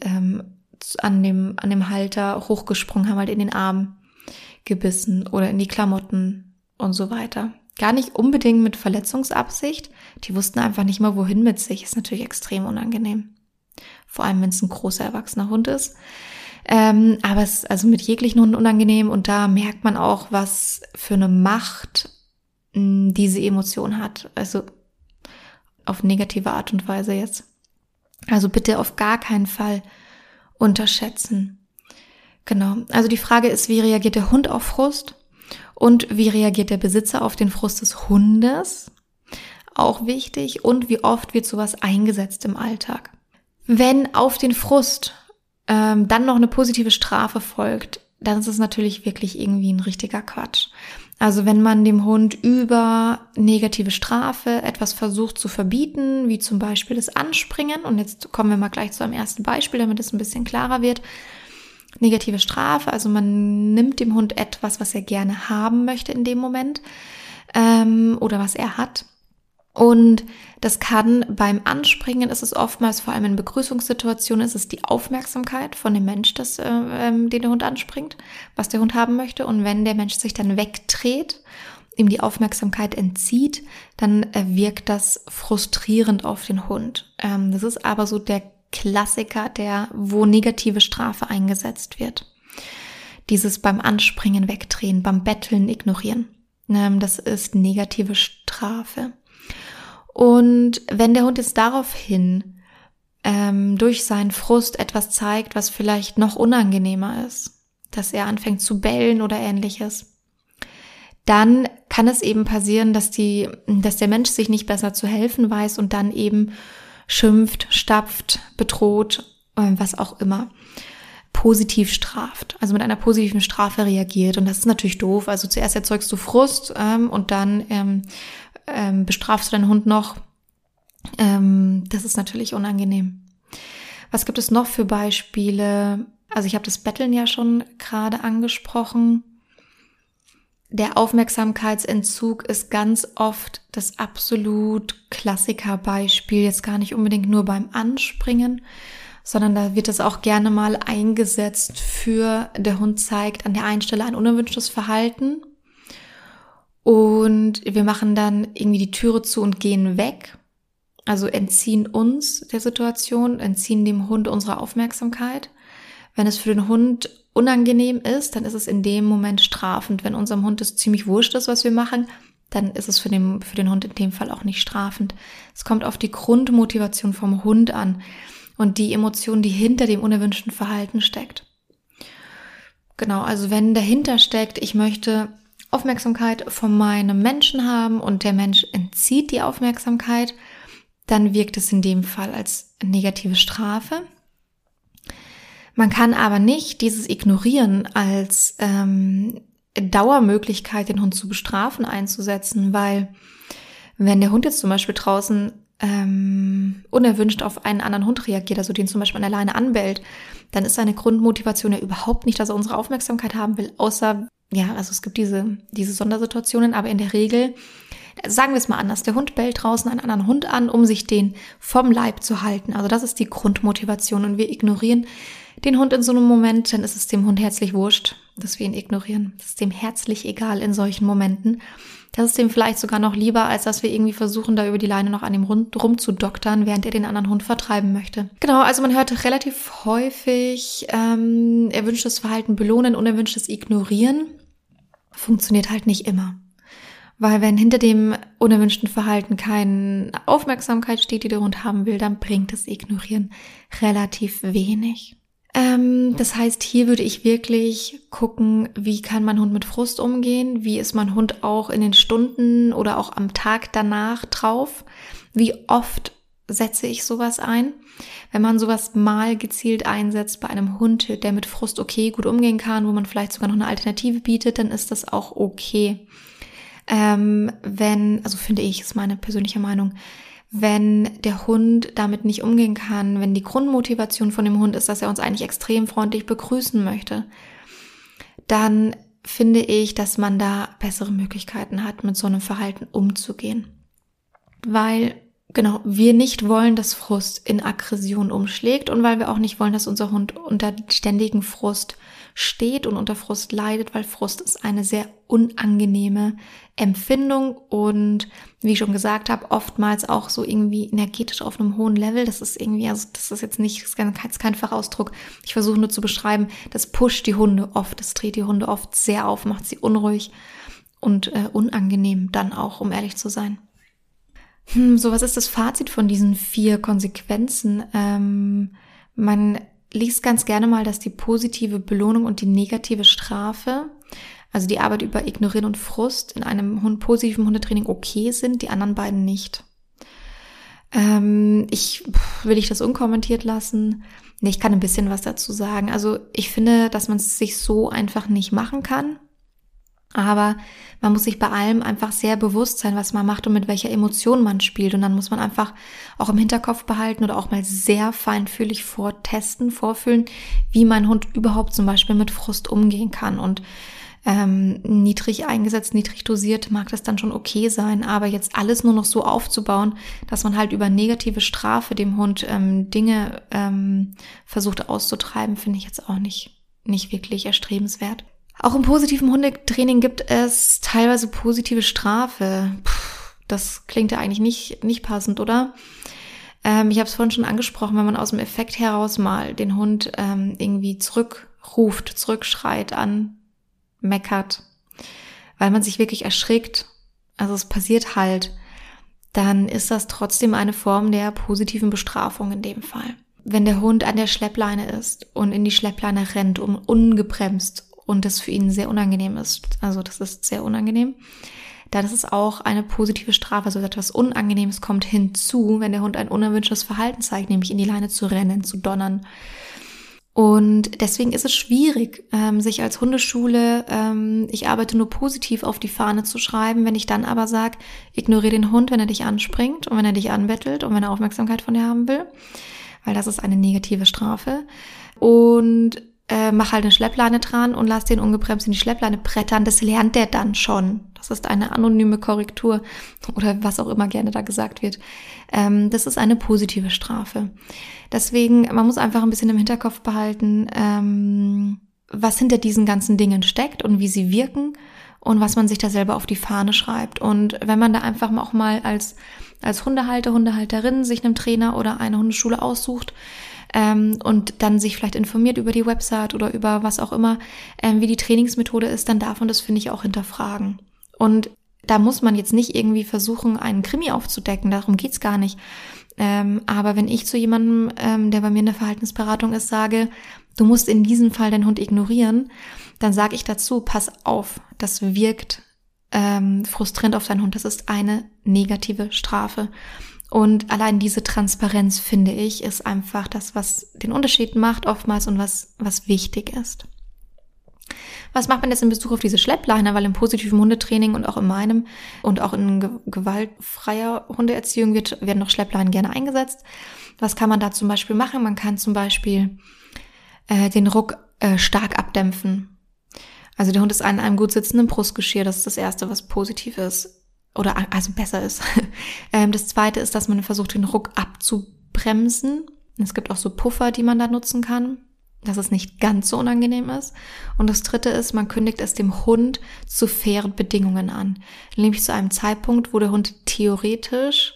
an dem Halter hochgesprungen, haben halt in den Arm gebissen oder in die Klamotten und so weiter. Gar nicht unbedingt mit Verletzungsabsicht. Die wussten einfach nicht mal, wohin mit sich. Ist natürlich extrem unangenehm. Vor allem, wenn es ein großer, erwachsener Hund ist. Aber es ist also mit jeglichen Hunden unangenehm. Und da merkt man auch, was für eine Macht diese Emotion hat. Also auf negative Art und Weise jetzt. Also bitte auf gar keinen Fall unterschätzen. Genau. Also die Frage ist, wie reagiert der Hund auf Frust? Und wie reagiert der Besitzer auf den Frust des Hundes? Auch wichtig. Und wie oft wird sowas eingesetzt im Alltag? Wenn auf den Frust dann noch eine positive Strafe folgt, dann ist es natürlich wirklich irgendwie ein richtiger Quatsch. Also wenn man dem Hund über negative Strafe etwas versucht zu verbieten, wie zum Beispiel das Anspringen, und jetzt kommen wir mal gleich zu einem ersten Beispiel, damit es ein bisschen klarer wird. Negative Strafe, also man nimmt dem Hund etwas, was er gerne haben möchte in dem Moment oder was er hat. Und das kann beim Anspringen, ist es oftmals, vor allem in Begrüßungssituationen, ist es die Aufmerksamkeit von dem Mensch, den der Hund anspringt, was der Hund haben möchte. Und wenn der Mensch sich dann wegdreht, ihm die Aufmerksamkeit entzieht, dann wirkt das frustrierend auf den Hund. Das ist aber so der Klassiker, wo negative Strafe eingesetzt wird. Dieses beim Anspringen wegdrehen, beim Betteln ignorieren. Das ist negative Strafe. Und wenn der Hund jetzt daraufhin durch seinen Frust etwas zeigt, was vielleicht noch unangenehmer ist, dass er anfängt zu bellen oder ähnliches, dann kann es eben passieren, dass der Mensch sich nicht besser zu helfen weiß und dann eben schimpft, stapft, bedroht, was auch immer, positiv straft, also mit einer positiven Strafe reagiert. Und das ist natürlich doof. Also zuerst erzeugst du Frust und dann bestrafst du deinen Hund noch. Das ist natürlich unangenehm. Was gibt es noch für Beispiele? Also ich habe das Betteln ja schon gerade angesprochen. Der Aufmerksamkeitsentzug ist ganz oft das absolut Klassikerbeispiel, jetzt gar nicht unbedingt nur beim Anspringen, sondern da wird es auch gerne mal eingesetzt für, der Hund zeigt an der einen Stelle ein unerwünschtes Verhalten und wir machen dann irgendwie die Türe zu und gehen weg. Also entziehen uns der Situation, entziehen dem Hund unsere Aufmerksamkeit. Wenn es für den Hund unangenehm ist, dann ist es in dem Moment strafend. Wenn unserem Hund es ziemlich wurscht ist, was wir machen, dann ist es für den Hund in dem Fall auch nicht strafend. Es kommt auf die Grundmotivation vom Hund an und die Emotion, die hinter dem unerwünschten Verhalten steckt. Genau, also wenn dahinter steckt, ich möchte Aufmerksamkeit von meinem Menschen haben und der Mensch entzieht die Aufmerksamkeit, dann wirkt es in dem Fall als negative Strafe. Man kann aber nicht dieses Ignorieren als Dauermöglichkeit, den Hund zu bestrafen, einzusetzen, weil wenn der Hund jetzt zum Beispiel draußen unerwünscht auf einen anderen Hund reagiert, also den zum Beispiel an der Leine anbellt, dann ist seine Grundmotivation ja überhaupt nicht, dass er unsere Aufmerksamkeit haben will, außer, ja, also es gibt diese Sondersituationen, aber in der Regel, sagen wir es mal anders, der Hund bellt draußen einen anderen Hund an, um sich den vom Leib zu halten. Also das ist die Grundmotivation und wir ignorieren den Hund in so einem Moment, dann ist es dem Hund herzlich wurscht, dass wir ihn ignorieren. Das ist dem herzlich egal in solchen Momenten. Das ist dem vielleicht sogar noch lieber, als dass wir irgendwie versuchen, da über die Leine noch an dem Hund rumzudoktern, während er den anderen Hund vertreiben möchte. Genau, also man hört relativ häufig erwünschtes Verhalten belohnen, unerwünschtes ignorieren. Funktioniert halt nicht immer. Weil wenn hinter dem unerwünschten Verhalten keine Aufmerksamkeit steht, die der Hund haben will, dann bringt das Ignorieren relativ wenig. Das heißt, hier würde ich wirklich gucken, wie kann mein Hund mit Frust umgehen, wie ist mein Hund auch in den Stunden oder auch am Tag danach drauf, wie oft setze ich sowas ein. Wenn man sowas mal gezielt einsetzt bei einem Hund, der mit Frust gut umgehen kann, wo man vielleicht sogar noch eine Alternative bietet, dann ist das auch okay. Also finde ich, ist meine persönliche Meinung, wenn der Hund damit nicht umgehen kann, wenn die Grundmotivation von dem Hund ist, dass er uns eigentlich extrem freundlich begrüßen möchte, dann finde ich, dass man da bessere Möglichkeiten hat, mit so einem Verhalten umzugehen. Weil, genau, wir nicht wollen, dass Frust in Aggression umschlägt und weil wir auch nicht wollen, dass unser Hund unter ständigen Frust steht und unter Frust leidet, weil Frust ist eine sehr unangenehme Empfindung und wie ich schon gesagt habe, oftmals auch so irgendwie energetisch auf einem hohen Level. Das ist irgendwie, also das ist jetzt nicht, das ist kein Fachausdruck. Ich versuche nur zu beschreiben, das pusht die Hunde oft, das dreht die Hunde oft sehr auf, macht sie unruhig und unangenehm dann auch, um ehrlich zu sein. So, was ist das Fazit von diesen 4 Konsequenzen? Man liest ganz gerne mal, dass die positive Belohnung und die negative Strafe, also die Arbeit über Ignorieren und Frust in einem positiven Hundetraining okay sind, die anderen beiden nicht. Will ich das unkommentiert lassen? Nee, ich kann ein bisschen was dazu sagen. Also ich finde, dass man es sich so einfach nicht machen kann. Aber man muss sich bei allem einfach sehr bewusst sein, was man macht und mit welcher Emotion man spielt. Und dann muss man einfach auch im Hinterkopf behalten oder auch mal sehr feinfühlig vorfühlen, wie mein Hund überhaupt zum Beispiel mit Frust umgehen kann. Und niedrig eingesetzt, niedrig dosiert mag das dann schon okay sein. Aber jetzt alles nur noch so aufzubauen, dass man halt über negative Strafe dem Hund Dinge versucht auszutreiben, finde ich jetzt auch nicht wirklich erstrebenswert. Auch im positiven Hundetraining gibt es teilweise positive Strafe. Das klingt ja eigentlich nicht passend, oder? Ich habe es vorhin schon angesprochen, wenn man aus dem Effekt heraus mal den Hund irgendwie zurückruft, zurückschreit, anmeckert, weil man sich wirklich erschrickt. Also es passiert halt. dann ist das trotzdem eine Form der positiven Bestrafung in dem Fall. Wenn der Hund an der Schleppleine ist und in die Schleppleine rennt, ungebremst und das für ihn sehr unangenehm ist, also das ist sehr unangenehm, dann ist es auch eine positive Strafe. Also etwas Unangenehmes kommt hinzu, wenn der Hund ein unerwünschtes Verhalten zeigt, nämlich in die Leine zu rennen, zu donnern. Und deswegen ist es schwierig, sich als Hundeschule, ich arbeite nur positiv, auf die Fahne zu schreiben, wenn ich dann aber sage, ignoriere den Hund, wenn er dich anspringt und wenn er dich anbettelt und wenn er Aufmerksamkeit von dir haben will, weil das ist eine negative Strafe. Und mach halt eine Schleppleine dran und lass den ungebremst in die Schleppleine brettern. Das lernt der dann schon. Das ist eine anonyme Korrektur oder was auch immer gerne da gesagt wird. Das ist eine positive Strafe. Deswegen, man muss einfach ein bisschen im Hinterkopf behalten, was hinter diesen ganzen Dingen steckt und wie sie wirken und was man sich da selber auf die Fahne schreibt. Und wenn man da einfach auch mal als Hundehalter, Hundehalterin sich einen Trainer oder eine Hundeschule aussucht, und dann sich vielleicht informiert über die Website oder über was auch immer, wie die Trainingsmethode ist, dann darf man das, finde ich, auch hinterfragen. Und da muss man jetzt nicht irgendwie versuchen, einen Krimi aufzudecken, darum geht's gar nicht. Aber wenn ich zu jemandem, der bei mir in der Verhaltensberatung ist, sage, du musst in diesem Fall deinen Hund ignorieren, dann sage ich dazu, pass auf, das wirkt frustrierend auf deinen Hund, das ist eine negative Strafe. Und allein diese Transparenz, finde ich, ist einfach das, was den Unterschied macht oftmals und was wichtig ist. Was macht man jetzt in Bezug auf diese Schleppleine? Weil im positiven Hundetraining und auch in meinem und auch in gewaltfreier Hundeerziehung werden noch Schleppleinen gerne eingesetzt. Was kann man da zum Beispiel machen? Man kann zum Beispiel den Ruck stark abdämpfen. Also der Hund ist an einem gut sitzenden Brustgeschirr. Das ist das Erste, was positiv ist. Oder also besser ist. Das Zweite ist, dass man versucht, den Ruck abzubremsen. Es gibt auch so Puffer, die man da nutzen kann, dass es nicht ganz so unangenehm ist. Und das Dritte ist, man kündigt es dem Hund zu fairen Bedingungen an. Nämlich zu einem Zeitpunkt, wo der Hund theoretisch,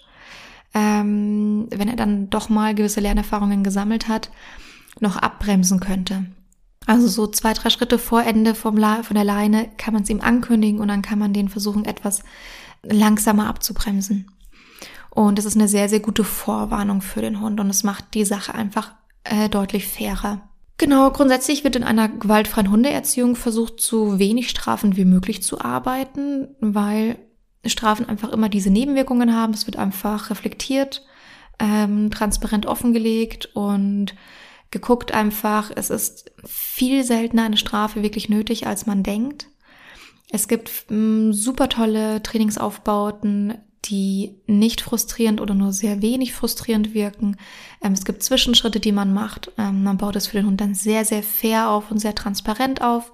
wenn er dann doch mal gewisse Lernerfahrungen gesammelt hat, noch abbremsen könnte. Also so 2-3 Schritte vor Ende von der Leine kann man es ihm ankündigen und dann kann man den versuchen, etwas langsamer abzubremsen. Und das ist eine sehr, sehr gute Vorwarnung für den Hund und es macht die Sache einfach deutlich fairer. Genau, grundsätzlich wird in einer gewaltfreien Hundeerziehung versucht, so wenig Strafen wie möglich zu arbeiten, weil Strafen einfach immer diese Nebenwirkungen haben. Es wird einfach reflektiert, transparent offengelegt und geguckt einfach, es ist viel seltener eine Strafe wirklich nötig, als man denkt. Es gibt super tolle Trainingsaufbauten, die nicht frustrierend oder nur sehr wenig frustrierend wirken. Es gibt Zwischenschritte, die man macht. Man baut es für den Hund dann sehr, sehr fair auf und sehr transparent auf.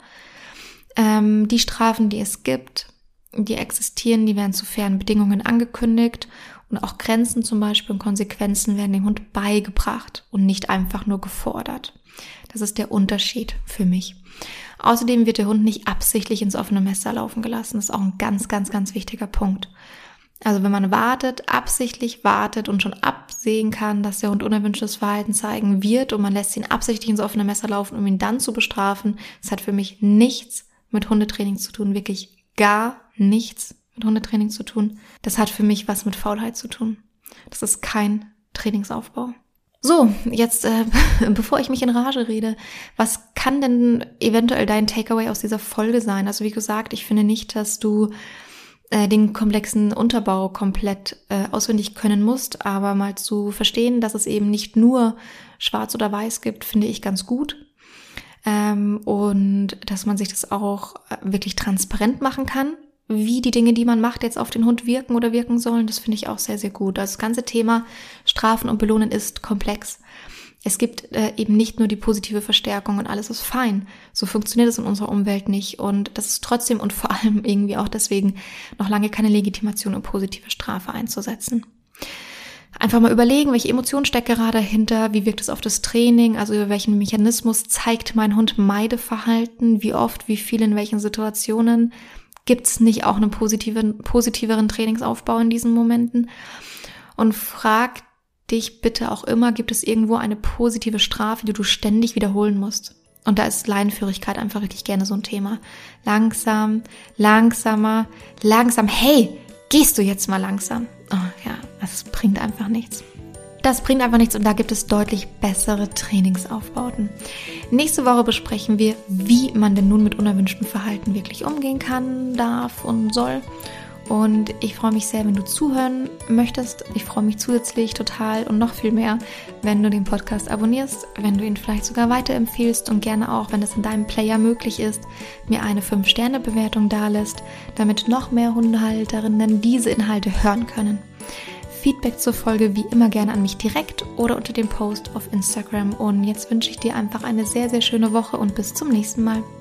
Die Strafen, die es gibt, die existieren, die werden zu fairen Bedingungen angekündigt und auch Grenzen zum Beispiel und Konsequenzen werden dem Hund beigebracht und nicht einfach nur gefordert. Das ist der Unterschied für mich. Außerdem wird der Hund nicht absichtlich ins offene Messer laufen gelassen. Das ist auch ein ganz, ganz, ganz wichtiger Punkt. Also wenn man absichtlich wartet und schon absehen kann, dass der Hund unerwünschtes Verhalten zeigen wird und man lässt ihn absichtlich ins offene Messer laufen, um ihn dann zu bestrafen, das hat für mich nichts mit Hundetraining zu tun, wirklich gar nichts mit Hundetraining zu tun. Das hat für mich was mit Faulheit zu tun. Das ist kein Trainingsaufbau. So, jetzt, bevor ich mich in Rage rede, was kann denn eventuell dein Takeaway aus dieser Folge sein? Also wie gesagt, ich finde nicht, dass du den komplexen Unterbau komplett auswendig können musst, aber mal zu verstehen, dass es eben nicht nur schwarz oder weiß gibt, finde ich ganz gut. Und dass man sich das auch wirklich transparent machen kann, wie die Dinge, die man macht, jetzt auf den Hund wirken oder wirken sollen, das finde ich auch sehr, sehr gut. Also das ganze Thema Strafen und Belohnen ist komplex. Es gibt eben nicht nur die positive Verstärkung und alles ist fein. So funktioniert es in unserer Umwelt nicht und das ist trotzdem und vor allem irgendwie auch deswegen noch lange keine Legitimation, um positive Strafe einzusetzen. Einfach mal überlegen, welche Emotionen steckt gerade dahinter, wie wirkt es auf das Training, also über welchen Mechanismus zeigt mein Hund Meideverhalten, wie oft, wie viel, in welchen Situationen. Gibt es nicht auch einen positiveren Trainingsaufbau in diesen Momenten? Und frag dich bitte auch immer, gibt es irgendwo eine positive Strafe, die du ständig wiederholen musst? Und da ist Leinenführigkeit einfach wirklich gerne so ein Thema. Langsam, langsamer, langsam. Hey, gehst du jetzt mal langsam? es bringt einfach nichts. Das bringt einfach nichts und da gibt es deutlich bessere Trainingsaufbauten. Nächste Woche besprechen wir, wie man denn nun mit unerwünschtem Verhalten wirklich umgehen kann, darf und soll. Und ich freue mich sehr, wenn du zuhören möchtest. Ich freue mich zusätzlich total und noch viel mehr, wenn du den Podcast abonnierst, wenn du ihn vielleicht sogar weiterempfehlst und gerne auch, wenn es in deinem Player möglich ist, mir eine 5-Sterne-Bewertung dalässt, damit noch mehr Hundehalterinnen diese Inhalte hören können. Feedback zur Folge wie immer gerne an mich direkt oder unter dem Post auf Instagram. Und jetzt wünsche ich dir einfach eine sehr, sehr schöne Woche und bis zum nächsten Mal.